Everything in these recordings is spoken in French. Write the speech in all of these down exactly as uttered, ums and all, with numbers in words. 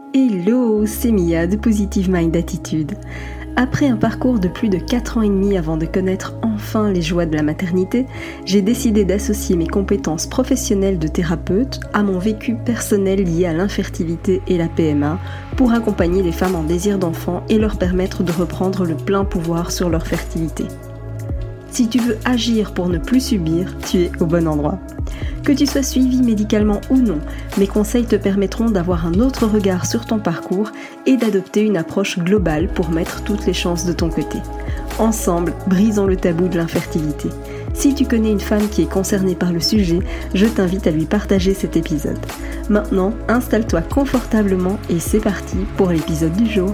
Hello, c'est Mia de Positive Mind Attitude. Après un parcours de plus de quatre ans et demi avant de connaître enfin les joies de la maternité, j'ai décidé d'associer mes compétences professionnelles de thérapeute à mon vécu personnel lié à l'infertilité et la P M A pour accompagner les femmes en désir d'enfant et leur permettre de reprendre le plein pouvoir sur leur fertilité. Si tu veux agir pour ne plus subir, tu es au bon endroit. Que tu sois suivi médicalement ou non, mes conseils te permettront d'avoir un autre regard sur ton parcours et d'adopter une approche globale pour mettre toutes les chances de ton côté. Ensemble, brisons le tabou de l'infertilité. Si tu connais une femme qui est concernée par le sujet, je t'invite à lui partager cet épisode. Maintenant, installe-toi confortablement et c'est parti pour l'épisode du jour.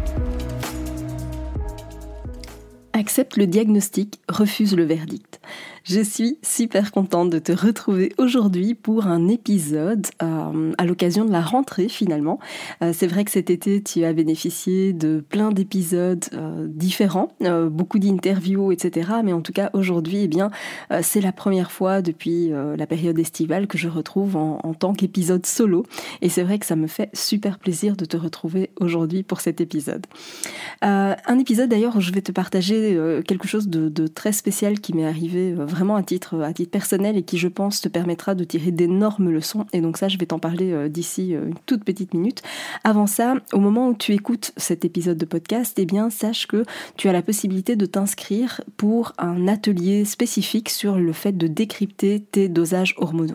Accepte le diagnostic, refuse le verdict. Je suis super contente de te retrouver aujourd'hui pour un épisode euh, à l'occasion de la rentrée finalement. Euh, c'est vrai que cet été tu as bénéficié de plein d'épisodes euh, différents, euh, beaucoup d'interviews, et cetera. Mais en tout cas aujourd'hui, eh bien, euh, c'est la première fois depuis euh, la période estivale que je retrouve en, en tant qu'épisode solo. Et c'est vrai que ça me fait super plaisir de te retrouver aujourd'hui pour cet épisode. Euh, un épisode d'ailleurs où je vais te partager euh, quelque chose de, de très spécial qui m'est arrivé euh, vraiment à titre, à titre personnel et qui, je pense, te permettra de tirer d'énormes leçons. Et donc ça, je vais t'en parler euh, d'ici euh, une toute petite minute. Avant ça, au moment où tu écoutes cet épisode de podcast, eh bien, sache que tu as la possibilité de t'inscrire pour un atelier spécifique sur le fait de décrypter tes dosages hormonaux.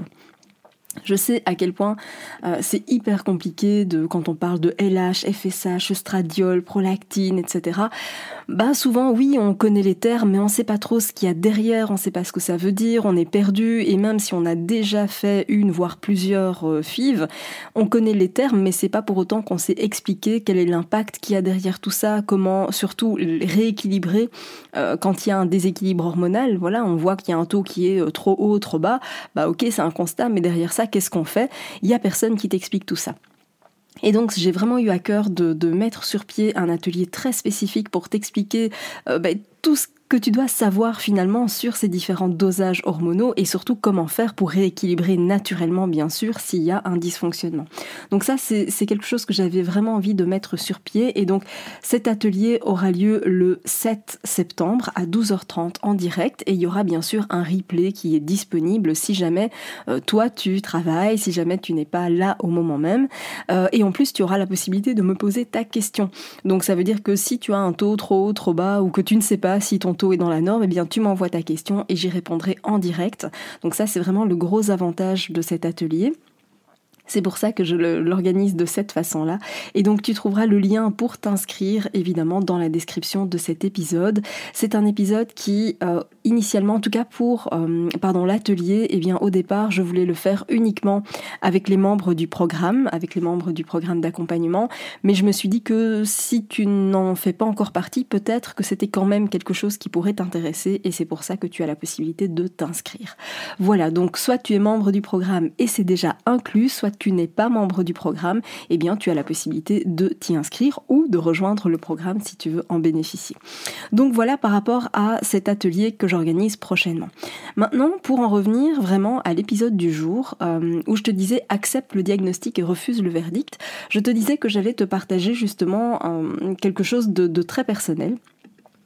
Je sais à quel point euh, c'est hyper compliqué de, quand on parle de L H, F S H, estradiol, prolactine, et cetera. Bah souvent oui, on connaît les termes, mais on sait pas trop ce qu'il y a derrière, on sait pas ce que ça veut dire, on est perdu, et même si on a déjà fait une voire plusieurs euh, F I V, on connaît les termes, mais c'est pas pour autant qu'on sait expliquer quel est l'impact qu'il y a derrière tout ça, comment surtout rééquilibrer euh, quand il y a un déséquilibre hormonal. Voilà, on voit qu'il y a un taux qui est trop haut, trop bas, bah ok, c'est un constat, mais derrière ça, qu'est-ce qu'on fait ? Il y a personne qui t'explique tout ça. Et donc j'ai vraiment eu à cœur de, de mettre sur pied un atelier très spécifique pour t'expliquer euh, bah, tout ce que tu dois savoir finalement sur ces différents dosages hormonaux et surtout comment faire pour rééquilibrer naturellement bien sûr s'il y a un dysfonctionnement. Donc ça c'est, c'est quelque chose que j'avais vraiment envie de mettre sur pied et donc cet atelier aura lieu le sept septembre à douze heures trente en direct et il y aura bien sûr un replay qui est disponible si jamais euh, toi tu travailles, si jamais tu n'es pas là au moment même euh, et en plus tu auras la possibilité de me poser ta question. Donc ça veut dire que si tu as un taux trop haut, trop bas ou que tu ne sais pas si ton taux est dans la norme, eh bien tu m'envoies ta question et j'y répondrai en direct. Donc ça c'est vraiment le gros avantage de cet atelier. C'est pour ça que je l'organise de cette façon-là. Et donc tu trouveras le lien pour t'inscrire évidemment dans la description de cet épisode. C'est un épisode qui, euh, initialement, en tout cas pour euh, pardon, l'atelier, eh bien au départ je voulais le faire uniquement avec les membres du programme, avec les membres du programme d'accompagnement. Mais je me suis dit que si tu n'en fais pas encore partie, peut-être que c'était quand même quelque chose qui pourrait t'intéresser et c'est pour ça que tu as la possibilité de t'inscrire. Voilà, donc soit tu es membre du programme et c'est déjà inclus, soit tu n'es pas membre du programme, eh bien tu as la possibilité de t'y inscrire ou de rejoindre le programme si tu veux en bénéficier. Donc voilà par rapport à cet atelier que j'organise prochainement. Maintenant, pour en revenir vraiment à l'épisode du jour, euh, où je te disais accepte le diagnostic et refuse le verdict, je te disais que j'allais te partager justement euh, quelque chose de, de très personnel. Pourquoi ?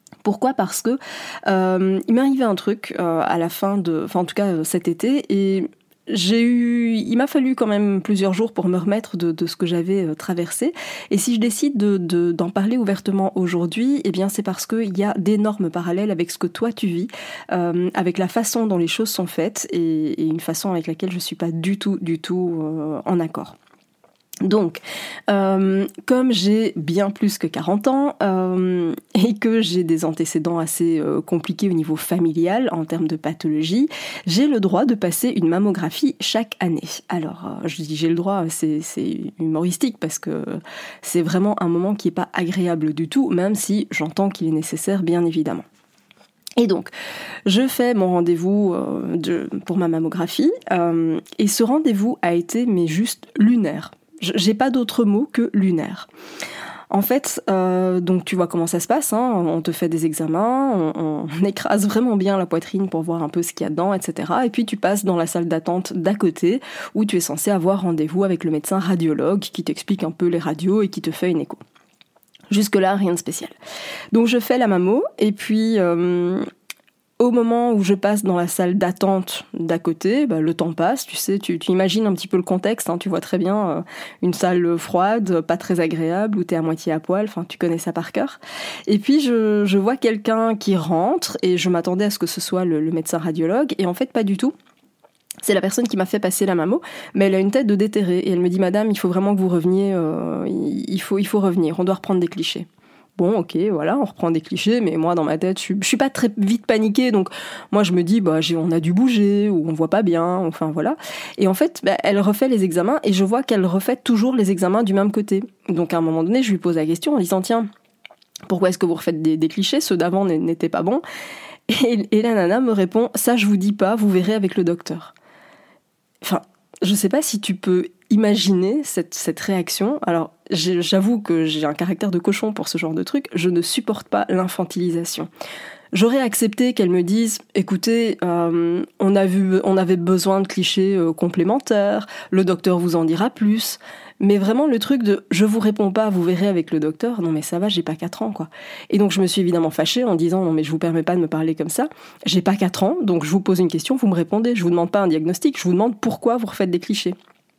Parce que euh, il m'est arrivé un truc euh, à la fin de, enfin en tout cas euh, cet été et J'ai eu, il m'a fallu quand même plusieurs jours pour me remettre de, de ce que j'avais euh, traversé. Et si je décide de, de, d'en parler ouvertement aujourd'hui, eh bien c'est parce qu'il y a d'énormes parallèles avec ce que toi tu vis, euh, avec la façon dont les choses sont faites et, et une façon avec laquelle je suis pas du tout, du tout euh, en accord. Donc, euh, comme j'ai bien plus que quarante ans euh, et que j'ai des antécédents assez euh, compliqués au niveau familial en termes de pathologie, j'ai le droit de passer une mammographie chaque année. Alors, euh, je dis j'ai le droit, c'est, c'est humoristique parce que c'est vraiment un moment qui n'est pas agréable du tout, même si j'entends qu'il est nécessaire, bien évidemment. Et donc, je fais mon rendez-vous euh, de, pour ma mammographie euh, et ce rendez-vous a été mais juste lunaire. J'ai pas d'autre mot que lunaire. En fait, euh, donc tu vois comment ça se passe, hein, on te fait des examens, on, on écrase vraiment bien la poitrine pour voir un peu ce qu'il y a dedans, et cetera. Et puis tu passes dans la salle d'attente d'à côté, où tu es censé avoir rendez-vous avec le médecin radiologue qui t'explique un peu les radios et qui te fait une écho. Jusque-là, rien de spécial. Donc je fais la mammo, et puis... Euh, Au moment où je passe dans la salle d'attente d'à côté, bah, le temps passe, tu sais, tu, tu imagines un petit peu le contexte, hein, tu vois très bien euh, une salle froide, pas très agréable, où t'es à moitié à poil, enfin tu connais ça par cœur. Et puis je, je vois quelqu'un qui rentre, et je m'attendais à ce que ce soit le, le médecin radiologue, et en fait pas du tout. C'est la personne qui m'a fait passer la mammo, mais elle a une tête de déterrée, et elle me dit « Madame, il faut vraiment que vous reveniez, euh, il, faut, il faut revenir, on doit reprendre des clichés ». Bon, ok, voilà, on reprend des clichés, mais moi, dans ma tête, je suis, je suis pas très vite paniquée, donc moi, je me dis, bah, j'ai, on a dû bouger, ou on voit pas bien, enfin, voilà. Et en fait, bah, elle refait les examens, et je vois qu'elle refait toujours les examens du même côté. Donc, à un moment donné, je lui pose la question en disant, tiens, pourquoi est-ce que vous refaites des, des clichés? Ceux d'avant n'étaient pas bons. Et, et la nana me répond, ça, je vous dis pas, vous verrez avec le docteur. Enfin, je sais pas si tu peux imaginer cette, cette réaction. Alors, j'avoue que j'ai un caractère de cochon pour ce genre de truc. Je ne supporte pas l'infantilisation. J'aurais accepté qu'elle me dise, écoutez, euh, on a vu, on avait besoin de clichés euh, complémentaires, le docteur vous en dira plus. Mais vraiment le truc de, je vous réponds pas, vous verrez avec le docteur. Non mais ça va, j'ai pas quatre ans, quoi. Et donc je me suis évidemment fâchée en disant, non mais je vous permets pas de me parler comme ça. J'ai pas quatre ans, donc je vous pose une question, vous me répondez. Je vous demande pas un diagnostic, je vous demande pourquoi vous refaites des clichés.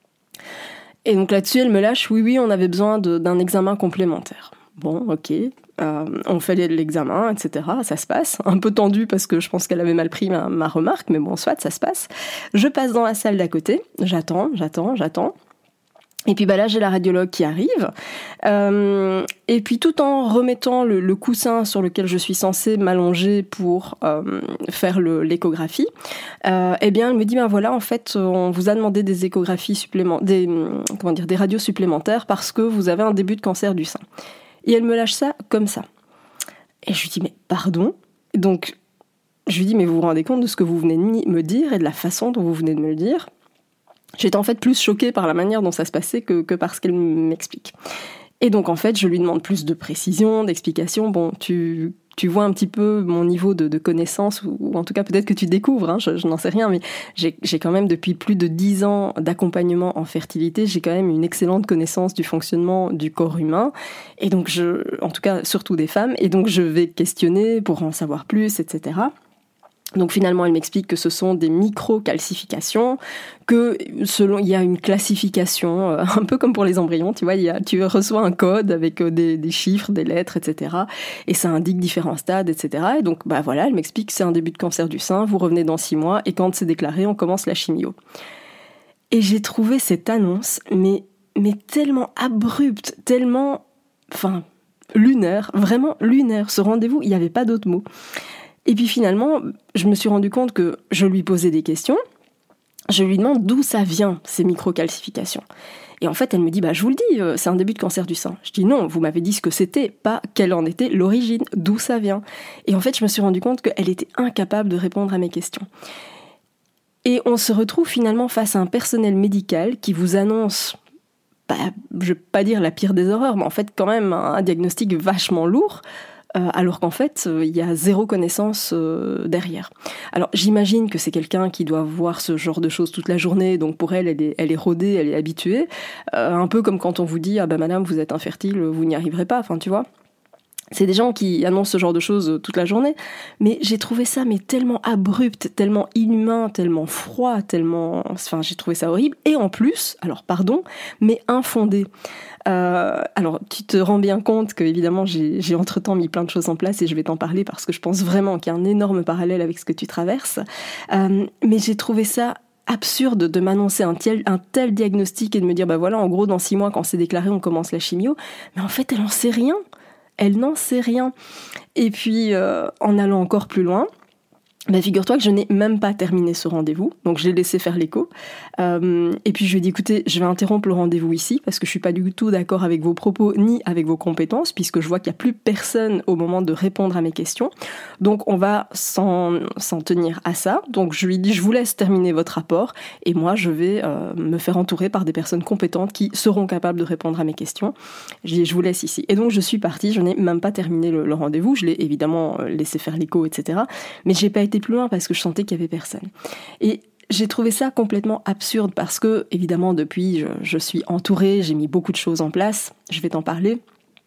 Et donc là-dessus, elle me lâche, oui, oui, on avait besoin de, d'un examen complémentaire. Bon, ok, euh, on fait l'examen, et cetera. Ça se passe. Un peu tendu parce que je pense qu'elle avait mal pris ma, ma remarque, mais bon, soit, ça se passe. Je passe dans la salle d'à côté, j'attends, j'attends, j'attends. Et puis bah là j'ai la radiologue qui arrive, euh, et puis tout en remettant le, le coussin sur lequel je suis censée m'allonger pour euh, faire le, l'échographie, euh, eh bien elle me dit ben voilà en fait on vous a demandé des échographies supplémentaires, des comment dire des radios supplémentaires parce que vous avez un début de cancer du sein. Et elle me lâche ça comme ça. Et je lui dis mais pardon. Donc je lui dis mais vous vous rendez compte de ce que vous venez de me dire et de la façon dont vous venez de me le dire? J'étais en fait plus choquée par la manière dont ça se passait que, que par ce qu'elle m'explique. Et donc en fait, je lui demande plus de précision, d'explication. Bon, tu, tu vois un petit peu mon niveau de, de connaissance, ou, ou en tout cas peut-être que tu découvres, hein, je, je n'en sais rien, mais j'ai, j'ai quand même depuis plus de dix ans d'accompagnement en fertilité, j'ai quand même une excellente connaissance du fonctionnement du corps humain, et donc je, en tout cas surtout des femmes, et donc je vais questionner pour en savoir plus, et cetera. Donc finalement, elle m'explique que ce sont des micro-calcifications, que selon il y a une classification, euh, un peu comme pour les embryons, tu vois, il y a, tu reçois un code avec euh, des, des chiffres, des lettres, et cetera. Et ça indique différents stades, et cetera. Et donc, bah voilà, elle m'explique que c'est un début de cancer du sein, vous revenez dans six mois, et quand c'est déclaré, on commence la chimio. Et j'ai trouvé cette annonce, mais, mais tellement abrupte, tellement, enfin, lunaire, vraiment lunaire. Ce rendez-vous, il n'y avait pas d'autre mot. Et puis finalement, je me suis rendu compte que je lui posais des questions, je lui demande d'où ça vient, ces microcalcifications. Et en fait, elle me dit, bah, je vous le dis, c'est un début de cancer du sein. Je dis, non, vous m'avez dit ce que c'était, pas quelle en était l'origine, d'où ça vient. Et en fait, je me suis rendu compte qu'elle était incapable de répondre à mes questions. Et on se retrouve finalement face à un personnel médical qui vous annonce, bah, je vais pas dire la pire des horreurs, mais en fait quand même un diagnostic vachement lourd, Euh, alors qu'en fait, il euh, y a zéro connaissance euh, derrière. Alors, j'imagine que c'est quelqu'un qui doit voir ce genre de choses toute la journée, donc pour elle, elle est, elle est rodée, elle est habituée. Euh, un peu comme quand on vous dit « Ah ben madame, vous êtes infertile, vous n'y arriverez pas », enfin tu vois. C'est des gens qui annoncent ce genre de choses toute la journée. Mais j'ai trouvé ça mais tellement abrupt, tellement inhumain, tellement froid, tellement... Enfin, j'ai trouvé ça horrible. Et en plus, alors pardon, mais infondé. Euh, alors, tu te rends bien compte que, évidemment, j'ai, j'ai entre-temps mis plein de choses en place et je vais t'en parler parce que je pense vraiment qu'il y a un énorme parallèle avec ce que tu traverses. Euh, mais j'ai trouvé ça absurde de m'annoncer un tel, un tel diagnostic et de me dire, bah voilà, en gros, dans six mois, quand c'est déclaré, on commence la chimio. Mais en fait, elle en sait rien. Elle n'en sait rien. Et puis, euh, en allant encore plus loin, Bah, figure-toi que je n'ai même pas terminé ce rendez-vous, donc je l'ai laissé faire l'écho. Euh, et puis je lui ai dit, écoutez, je vais interrompre le rendez-vous ici, parce que je suis pas du tout d'accord avec vos propos, ni avec vos compétences, puisque je vois qu'il n'y a plus personne au moment de répondre à mes questions. Donc on va s'en, s'en tenir à ça. Donc je lui ai dit, je vous laisse terminer votre rapport, et moi je vais euh, me faire entourer par des personnes compétentes qui seront capables de répondre à mes questions. Je lui ai dit, je vous laisse ici. Et donc je suis partie, je n'ai même pas terminé le, le rendez-vous, je l'ai évidemment laissé faire l'écho, et cetera. Mais j'ai pas été plus loin parce que je sentais qu'il y avait personne. Et j'ai trouvé ça complètement absurde parce que, évidemment, depuis, je, je suis entourée, j'ai mis beaucoup de choses en place, je vais t'en parler.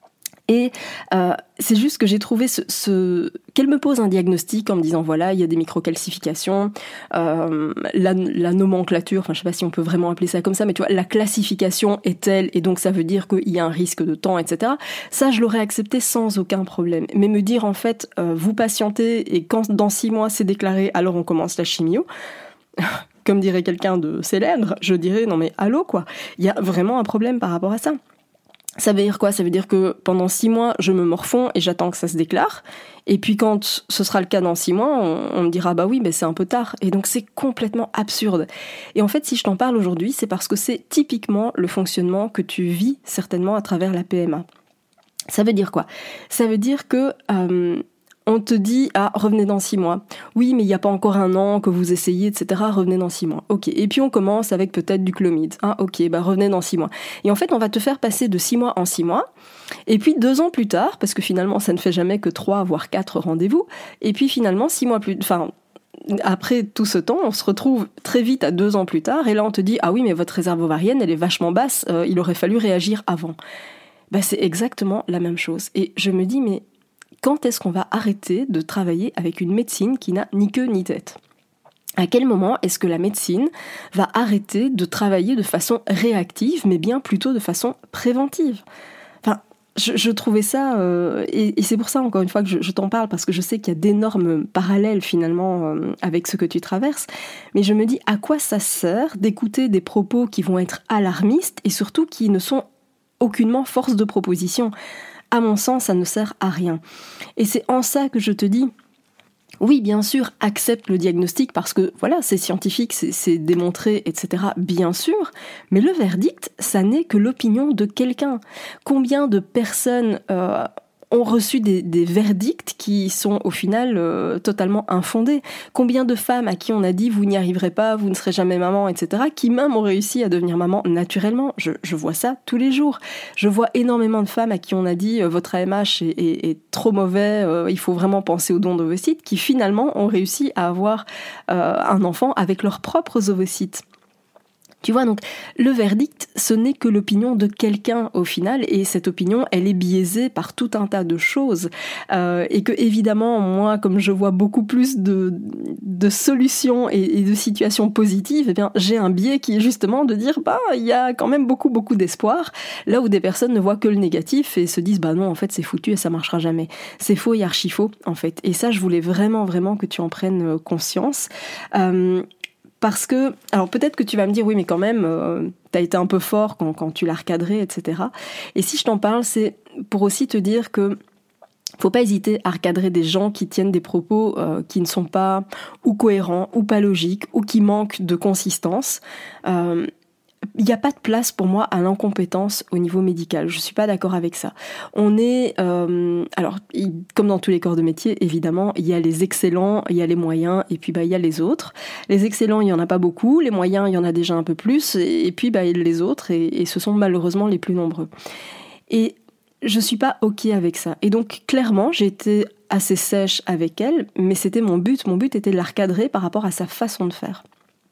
Et euh, c'est juste que j'ai trouvé ce, ce... qu'elle me pose un diagnostic en me disant, voilà, il y a des microcalcifications, euh, la, la nomenclature, enfin je sais pas si on peut vraiment appeler ça comme ça, mais tu vois, la classification est telle, et donc ça veut dire qu'il y a un risque de temps, et cetera. Ça, je l'aurais accepté sans aucun problème. Mais me dire, en fait, euh, vous patientez, et quand dans six mois c'est déclaré, alors on commence la chimio, comme dirait quelqu'un de célèbre, je dirais, non mais allô, quoi. Il y a vraiment un problème par rapport à ça. Ça veut dire quoi ? Ça veut dire que pendant six mois, je me morfonds et j'attends que ça se déclare. Et puis quand ce sera le cas dans six mois, on, on me dira bah oui, mais c'est un peu tard. Et donc c'est complètement absurde. Et en fait, si je t'en parle aujourd'hui, c'est parce que c'est typiquement le fonctionnement que tu vis certainement à travers la P M A. Ça veut dire quoi ? Ça veut dire que euh, on te dit, ah, revenez dans six mois. Oui, mais il n'y a pas encore un an que vous essayez, et cetera. Revenez dans six mois. Ok. Et puis on commence avec peut-être du clomide. Ah, ok, bah revenez dans six mois. Et en fait, on va te faire passer de six mois en six mois. Et puis deux ans plus tard, parce que finalement, ça ne fait jamais que trois, voire quatre rendez-vous. Et puis finalement, six mois plus, enfin, après tout ce temps, on se retrouve très vite à deux ans plus tard. Et là, on te dit, ah oui, mais votre réserve ovarienne, elle est vachement basse. Euh, il aurait fallu réagir avant. Bah, c'est exactement la même chose. Et je me dis, mais quand est-ce qu'on va arrêter de travailler avec une médecine qui n'a ni queue ni tête ? À quel moment est-ce que la médecine va arrêter de travailler de façon réactive, mais bien plutôt de façon préventive ? Enfin, je, je trouvais ça, euh, et, et c'est pour ça encore une fois que je, je t'en parle, parce que je sais qu'il y a d'énormes parallèles finalement euh, avec ce que tu traverses, mais je me dis à quoi ça sert d'écouter des propos qui vont être alarmistes et surtout qui ne sont aucunement force de proposition ? À mon sens, ça ne sert à rien. Et c'est en ça que je te dis, oui, bien sûr, accepte le diagnostic parce que, voilà, c'est scientifique, c'est, c'est démontré, et cetera, bien sûr, mais le verdict, ça n'est que l'opinion de quelqu'un. Combien de personnes euh, ont reçu des, des verdicts qui sont au final euh, totalement infondés ? Combien de femmes à qui on a dit « vous n'y arriverez pas, vous ne serez jamais maman », et cetera, qui même ont réussi à devenir maman naturellement ? Je, je vois ça tous les jours. Je vois énormément de femmes à qui on a dit euh, « votre A M H est, est, est trop mauvais, euh, il faut vraiment penser aux dons d'ovocytes », qui finalement ont réussi à avoir euh, un enfant avec leurs propres ovocytes. Tu vois, donc le verdict, ce n'est que l'opinion de quelqu'un au final, et cette opinion, elle est biaisée par tout un tas de choses, euh, et que évidemment, moi, comme je vois beaucoup plus de, de solutions et, et de situations positives, eh bien, j'ai un biais qui est justement de dire, bah, il y a quand même beaucoup, beaucoup d'espoir, là où des personnes ne voient que le négatif et se disent, bah non, en fait, c'est foutu et ça marchera jamais. C'est faux et archi faux, en fait. Et ça, je voulais vraiment, vraiment que tu en prennes conscience. Euh, Parce que, alors peut-être que tu vas me dire, oui, mais quand même, euh, t'as été un peu fort quand, quand tu l'as recadré, et cetera. Et si je t'en parle, c'est pour aussi te dire que faut pas hésiter à recadrer des gens qui tiennent des propos euh, qui ne sont pas ou cohérents, ou pas logiques, ou qui manquent de consistance. Euh, Il n'y a pas de place pour moi à l'incompétence au niveau médical. Je ne suis pas d'accord avec ça. On est, euh, alors, il, comme dans tous les corps de métier, évidemment, il y a les excellents, il y a les moyens, et puis bah, il y a les autres. Les excellents, il n'y en a pas beaucoup. Les moyens, il y en a déjà un peu plus. Et, et puis bah, les autres, et, et ce sont malheureusement les plus nombreux. Et je ne suis pas OK avec ça. Et donc, clairement, j'ai été assez sèche avec elle, mais c'était mon but. Mon but était de la recadrer par rapport à sa façon de faire.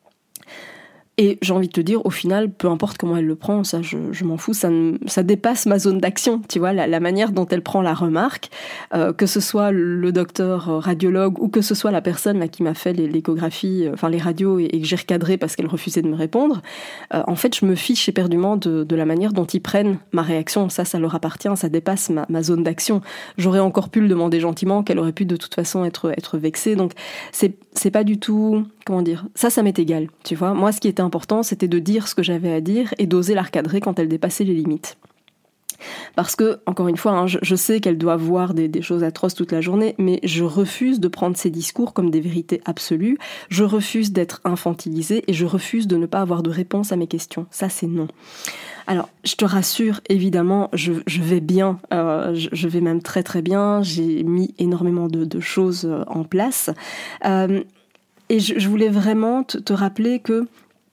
Et j'ai envie de te dire, au final, peu importe comment elle le prend, ça, je, je m'en fous, ça, ça dépasse ma zone d'action, tu vois, la, la manière dont elle prend la remarque, euh, que ce soit le docteur radiologue ou que ce soit la personne là, qui m'a fait les, l'échographie, enfin les radios, et, et que j'ai recadré parce qu'elle refusait de me répondre, euh, en fait, je me fiche éperdument de, de la manière dont ils prennent ma réaction. Ça, ça leur appartient, ça dépasse ma, ma zone d'action. J'aurais encore pu le demander gentiment, qu'elle aurait pu de toute façon être, être vexée, donc c'est, c'est pas du tout... Comment dire ? Ça, ça m'est égal, tu vois. Moi, ce qui était important, c'était de dire ce que j'avais à dire et d'oser la recadrer quand elle dépassait les limites. Parce que, encore une fois, hein, je, je sais qu'elle doit voir des, des choses atroces toute la journée, mais je refuse de prendre ces discours comme des vérités absolues, je refuse d'être infantilisée et je refuse de ne pas avoir de réponse à mes questions. Ça, c'est non. Alors, je te rassure, évidemment, je, je vais bien, euh, je, je vais même très très bien, j'ai mis énormément de, de choses en place. Euh, et je, je voulais vraiment te, te rappeler que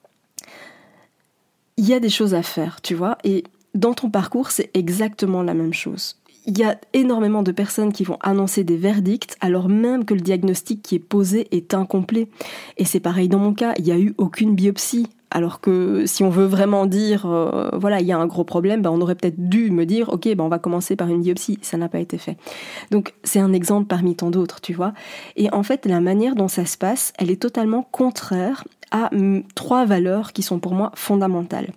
il y a des choses à faire, tu vois, et dans ton parcours, c'est exactement la même chose. Il y a énormément de personnes qui vont annoncer des verdicts alors même que le diagnostic qui est posé est incomplet. Et c'est pareil dans mon cas, il n'y a eu aucune biopsie. Alors que si on veut vraiment dire, euh, voilà, il y a un gros problème, ben on aurait peut-être dû me dire, ok, ben on va commencer par une biopsie. Ça n'a pas été fait. Donc c'est un exemple parmi tant d'autres, tu vois. Et en fait, la manière dont ça se passe, elle est totalement contraire à m- trois valeurs qui sont pour moi fondamentales.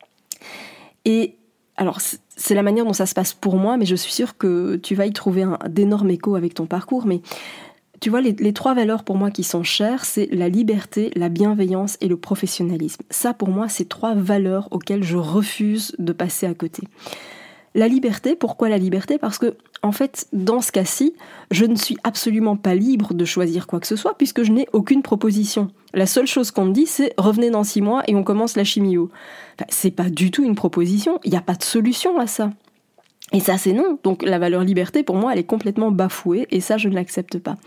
Et alors, c'est la manière dont ça se passe pour moi, mais je suis sûre que tu vas y trouver un, d'énormes échos avec ton parcours. Mais tu vois, les, les trois valeurs pour moi qui sont chères, c'est la liberté, la bienveillance et le professionnalisme. Ça, pour moi, c'est trois valeurs auxquelles je refuse de passer à côté. La liberté, pourquoi la liberté ? Parce que, en fait, dans ce cas-ci, je ne suis absolument pas libre de choisir quoi que ce soit puisque je n'ai aucune proposition. La seule chose qu'on me dit, c'est revenez dans six mois et on commence la chimio. Enfin, c'est pas du tout une proposition, il n'y a pas de solution à ça. Et ça, c'est non. Donc la valeur liberté, pour moi, elle est complètement bafouée et ça, je ne l'accepte pas.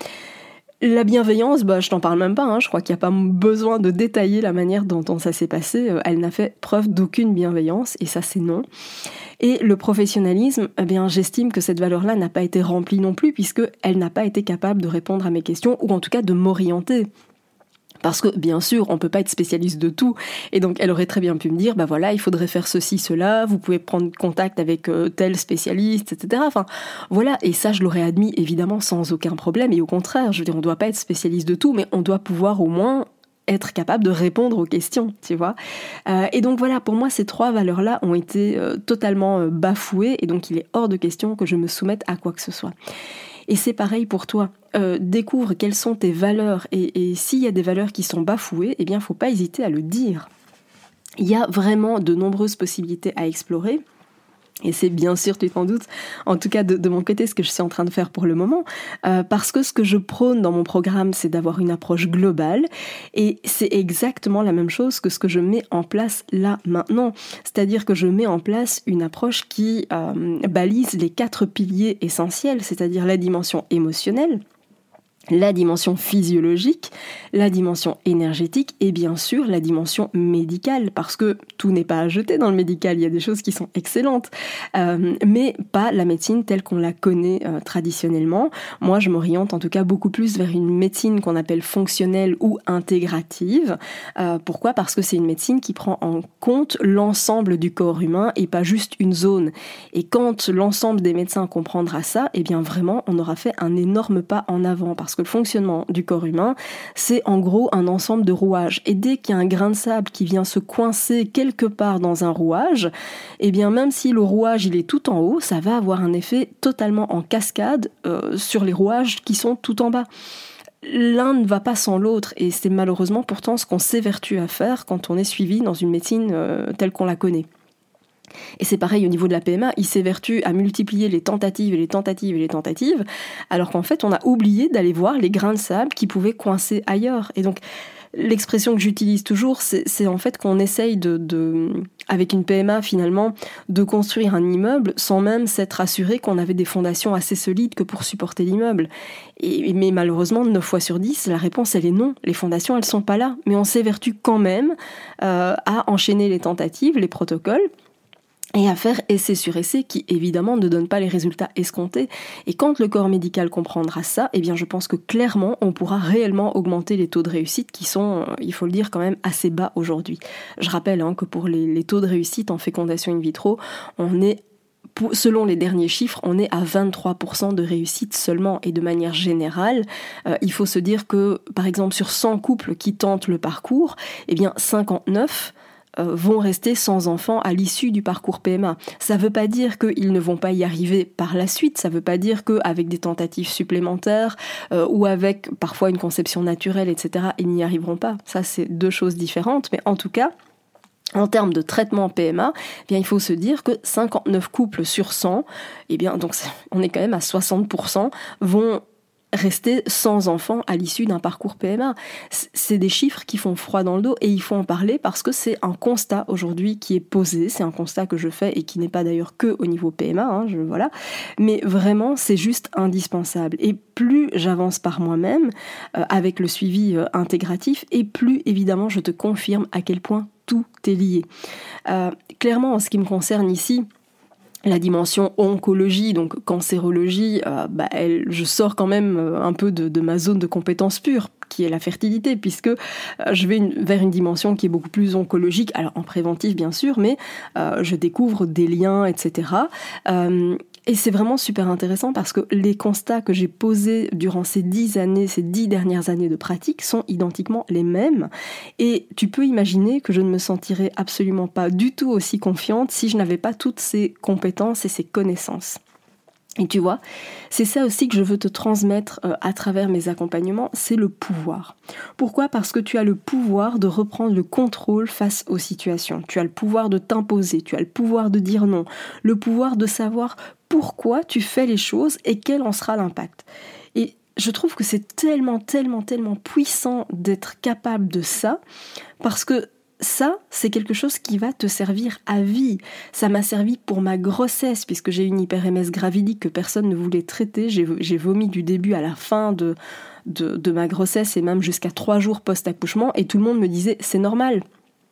La bienveillance, bah, je t'en parle même pas, hein. Je crois qu'il n'y a pas besoin de détailler la manière dont, dont ça s'est passé. Elle n'a fait preuve d'aucune bienveillance, et ça c'est non. Et le professionnalisme, eh bien, j'estime que cette valeur-là n'a pas été remplie non plus, puisqu'elle n'a pas été capable de répondre à mes questions, ou en tout cas de m'orienter. Parce que, bien sûr, on peut pas être spécialiste de tout. Et donc, elle aurait très bien pu me dire, bah voilà, il faudrait faire ceci, cela, vous pouvez prendre contact avec euh, tel spécialiste, et cetera. Enfin, voilà. Et ça, je l'aurais admis, évidemment, sans aucun problème. Et au contraire, je veux dire, on doit pas être spécialiste de tout, mais on doit pouvoir au moins être capable de répondre aux questions, tu vois. Euh, et donc voilà, pour moi, ces trois valeurs-là ont été euh, totalement euh, bafouées. Et donc, il est hors de question que je me soumette à quoi que ce soit. Et c'est pareil pour toi. Euh, découvre quelles sont tes valeurs et, et s'il y a des valeurs qui sont bafouées, eh bien, faut pas hésiter à le dire. Il y a vraiment de nombreuses possibilités à explorer. Et c'est bien sûr, tu t'en doutes, en tout cas de, de mon côté, ce que je suis en train de faire pour le moment, euh, parce que ce que je prône dans mon programme, c'est d'avoir une approche globale, et c'est exactement la même chose que ce que je mets en place là, maintenant. C'est-à-dire que je mets en place une approche qui euh, balise les quatre piliers essentiels, c'est-à-dire la dimension émotionnelle, la dimension physiologique, la dimension énergétique et bien sûr la dimension médicale, parce que tout n'est pas à jeter dans le médical, il y a des choses qui sont excellentes, euh, mais pas la médecine telle qu'on la connaît euh, traditionnellement. Moi, je m'oriente en tout cas beaucoup plus vers une médecine qu'on appelle fonctionnelle ou intégrative. Euh, pourquoi ? Parce que c'est une médecine qui prend en compte l'ensemble du corps humain et pas juste une zone. Et quand l'ensemble des médecins comprendra ça, eh bien vraiment, on aura fait un énorme pas en avant, parce que le fonctionnement du corps humain, c'est en gros un ensemble de rouages. Et dès qu'il y a un grain de sable qui vient se coincer quelque part dans un rouage, eh bien même si le rouage il est tout en haut, ça va avoir un effet totalement en cascade euh, sur les rouages qui sont tout en bas. L'un ne va pas sans l'autre, et c'est malheureusement pourtant ce qu'on s'évertue à faire quand on est suivi dans une médecine euh, telle qu'on la connaît. Et c'est pareil au niveau de la P M A, il s'évertue à multiplier les tentatives et les tentatives et les tentatives, alors qu'en fait on a oublié d'aller voir les grains de sable qui pouvaient coincer ailleurs. Et donc l'expression que j'utilise toujours, c'est, c'est en fait qu'on essaye de, de, avec une P M A finalement, de construire un immeuble sans même s'être assuré qu'on avait des fondations assez solides que pour supporter l'immeuble. Et, mais malheureusement, neuf fois sur dix, la réponse elle est non. Les fondations elles sont pas là, mais on s'évertue quand même euh, à enchaîner les tentatives, les protocoles, et à faire essai sur essai qui, évidemment, ne donne pas les résultats escomptés. Et quand le corps médical comprendra ça, eh bien, je pense que clairement, on pourra réellement augmenter les taux de réussite qui sont, il faut le dire, quand même assez bas aujourd'hui. Je rappelle hein, que pour les, les taux de réussite en fécondation in vitro, on est, selon les derniers chiffres, on est à vingt-trois pour cent de réussite seulement. Et de manière générale, euh, il faut se dire que, par exemple, sur cent couples qui tentent le parcours, eh bien, cinquante-neuf Euh, vont rester sans enfants à l'issue du parcours P M A. Ça ne veut pas dire qu'ils ne vont pas y arriver par la suite, ça ne veut pas dire qu'avec des tentatives supplémentaires euh, ou avec parfois une conception naturelle, et cetera, ils n'y arriveront pas. Ça, c'est deux choses différentes, mais en tout cas, En termes de traitement P M A, eh bien, il faut se dire que cinquante-neuf couples sur cent, eh bien, donc on est quand même à soixante pour cent, vont rester sans enfants à l'issue d'un parcours P M A. C'est des chiffres qui font froid dans le dos et il faut en parler parce que c'est un constat aujourd'hui qui est posé, c'est un constat que je fais et qui n'est pas d'ailleurs que au niveau P M A, hein, je, voilà. Mais vraiment, c'est juste indispensable. Et plus j'avance par moi-même euh, avec le suivi euh, intégratif, et plus évidemment je te confirme à quel point tout est lié. Euh, clairement, en ce qui me concerne ici, la dimension oncologie, donc cancérologie, euh, bah, elle, je sors quand même un peu de, de ma zone de compétences pure, qui est la fertilité, puisque euh, je vais une, vers une dimension qui est beaucoup plus oncologique, alors en préventif bien sûr, mais euh, je découvre des liens, et cetera. Euh, Et c'est vraiment super intéressant parce que les constats que j'ai posés durant ces dix années, ces dix dernières années de pratique sont identiquement les mêmes. Et tu peux imaginer que je ne me sentirais absolument pas du tout aussi confiante si je n'avais pas toutes ces compétences et ces connaissances. Et tu vois, c'est ça aussi que je veux te transmettre euh, à travers mes accompagnements, c'est le pouvoir. Pourquoi ? Parce que tu as le pouvoir de reprendre le contrôle face aux situations. Tu as le pouvoir de t'imposer, tu as le pouvoir de dire non, le pouvoir de savoir pourquoi tu fais les choses et quel en sera l'impact. Et je trouve que c'est tellement, tellement, tellement puissant d'être capable de ça, parce que ça, c'est quelque chose qui va te servir à vie. Ça m'a servi pour ma grossesse, puisque j'ai une hyper M S gravidique que personne ne voulait traiter. J'ai, j'ai vomi du début à la fin de, de, de ma grossesse et même jusqu'à trois jours post-accouchement, et tout le monde me disait « c'est normal ».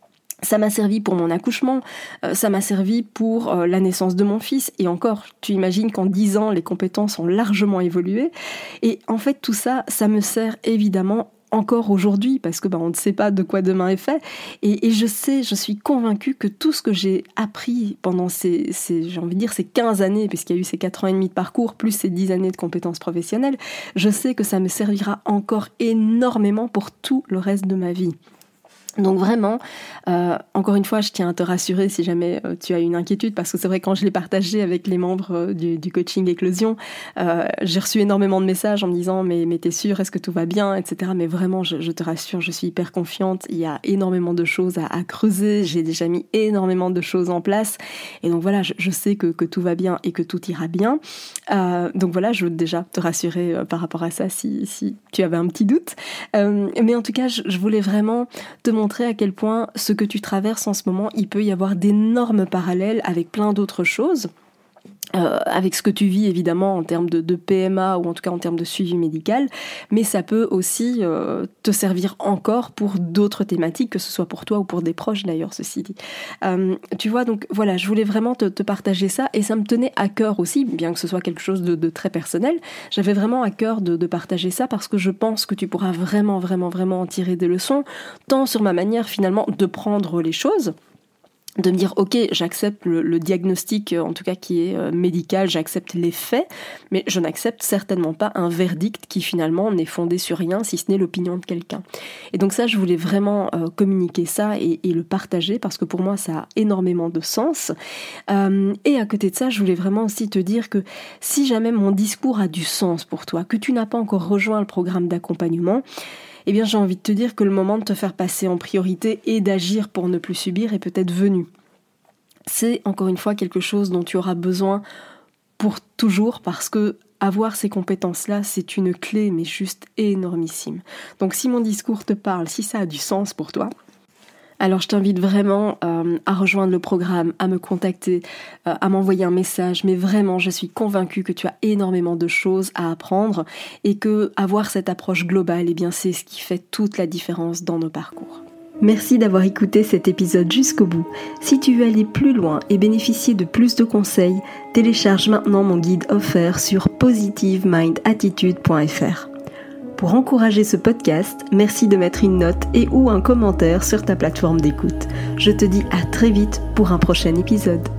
Ça m'a servi pour mon accouchement, euh, ça m'a servi pour euh, la naissance de mon fils, et encore, tu imagines qu'en dix ans, les compétences ont largement évolué. Et en fait, tout ça, ça me sert évidemment encore aujourd'hui, parce que bah, on ne sait pas de quoi demain est fait, et, et je sais, je suis convaincue que tout ce que j'ai appris pendant ces, ces, j'ai envie de dire, ces quinze années, puisqu'il y a eu ces quatre ans et demi de parcours, plus ces dix années de compétences professionnelles, je sais que ça me servira encore énormément pour tout le reste de ma vie. Donc vraiment, euh, encore une fois, je tiens à te rassurer si jamais euh, tu as une inquiétude, parce que c'est vrai, quand je l'ai partagé avec les membres euh, du, du coaching Éclosion, euh, j'ai reçu énormément de messages en me disant mais, mais t'es sûre, est-ce que tout va bien, et cetera. Mais vraiment, je, je te rassure, je suis hyper confiante, il y a énormément de choses à, à creuser, j'ai déjà mis énormément de choses en place, et donc voilà, je, je sais que, que tout va bien et que tout ira bien. Euh, donc voilà, je veux déjà te rassurer euh, par rapport à ça si, si tu avais un petit doute. Euh, mais en tout cas, je, je voulais vraiment te montrer à quel point ce que tu traverses en ce moment, il peut y avoir d'énormes parallèles avec plein d'autres choses. Euh, avec ce que tu vis évidemment en termes de, de P M A ou en tout cas en termes de suivi médical, mais ça peut aussi euh, te servir encore pour d'autres thématiques, que ce soit pour toi ou pour des proches d'ailleurs, ceci dit. Euh, tu vois, donc voilà, je voulais vraiment te, te partager ça, et ça me tenait à cœur aussi, bien que ce soit quelque chose de, de très personnel, j'avais vraiment à cœur de, de partager ça parce que je pense que tu pourras vraiment, vraiment, vraiment en tirer des leçons, tant sur ma manière finalement de prendre les choses, de me dire ok, j'accepte le, le diagnostic en tout cas qui est euh, médical, j'accepte les faits, mais je n'accepte certainement pas un verdict qui finalement n'est fondé sur rien si ce n'est l'opinion de quelqu'un. Et donc ça, je voulais vraiment euh, communiquer ça et, et le partager parce que pour moi ça a énormément de sens. Euh, et à côté de ça, je voulais vraiment aussi te dire que si jamais mon discours a du sens pour toi, que tu n'as pas encore rejoint le programme d'accompagnement, eh bien j'ai envie de te dire que le moment de te faire passer en priorité et d'agir pour ne plus subir est peut-être venu. C'est encore une fois quelque chose dont tu auras besoin pour toujours, parce que avoir ces compétences-là, c'est une clé, mais juste énormissime. Donc si mon discours te parle, si ça a du sens pour toi, alors je t'invite vraiment euh, à rejoindre le programme, à me contacter, euh, à m'envoyer un message, mais vraiment je suis convaincue que tu as énormément de choses à apprendre et que avoir cette approche globale, eh bien c'est ce qui fait toute la différence dans nos parcours. Merci d'avoir écouté cet épisode jusqu'au bout. Si tu veux aller plus loin et bénéficier de plus de conseils, télécharge maintenant mon guide offert sur positive mind attitude point f r. Pour encourager ce podcast, merci de mettre une note et ou un commentaire sur ta plateforme d'écoute. Je te dis à très vite pour un prochain épisode.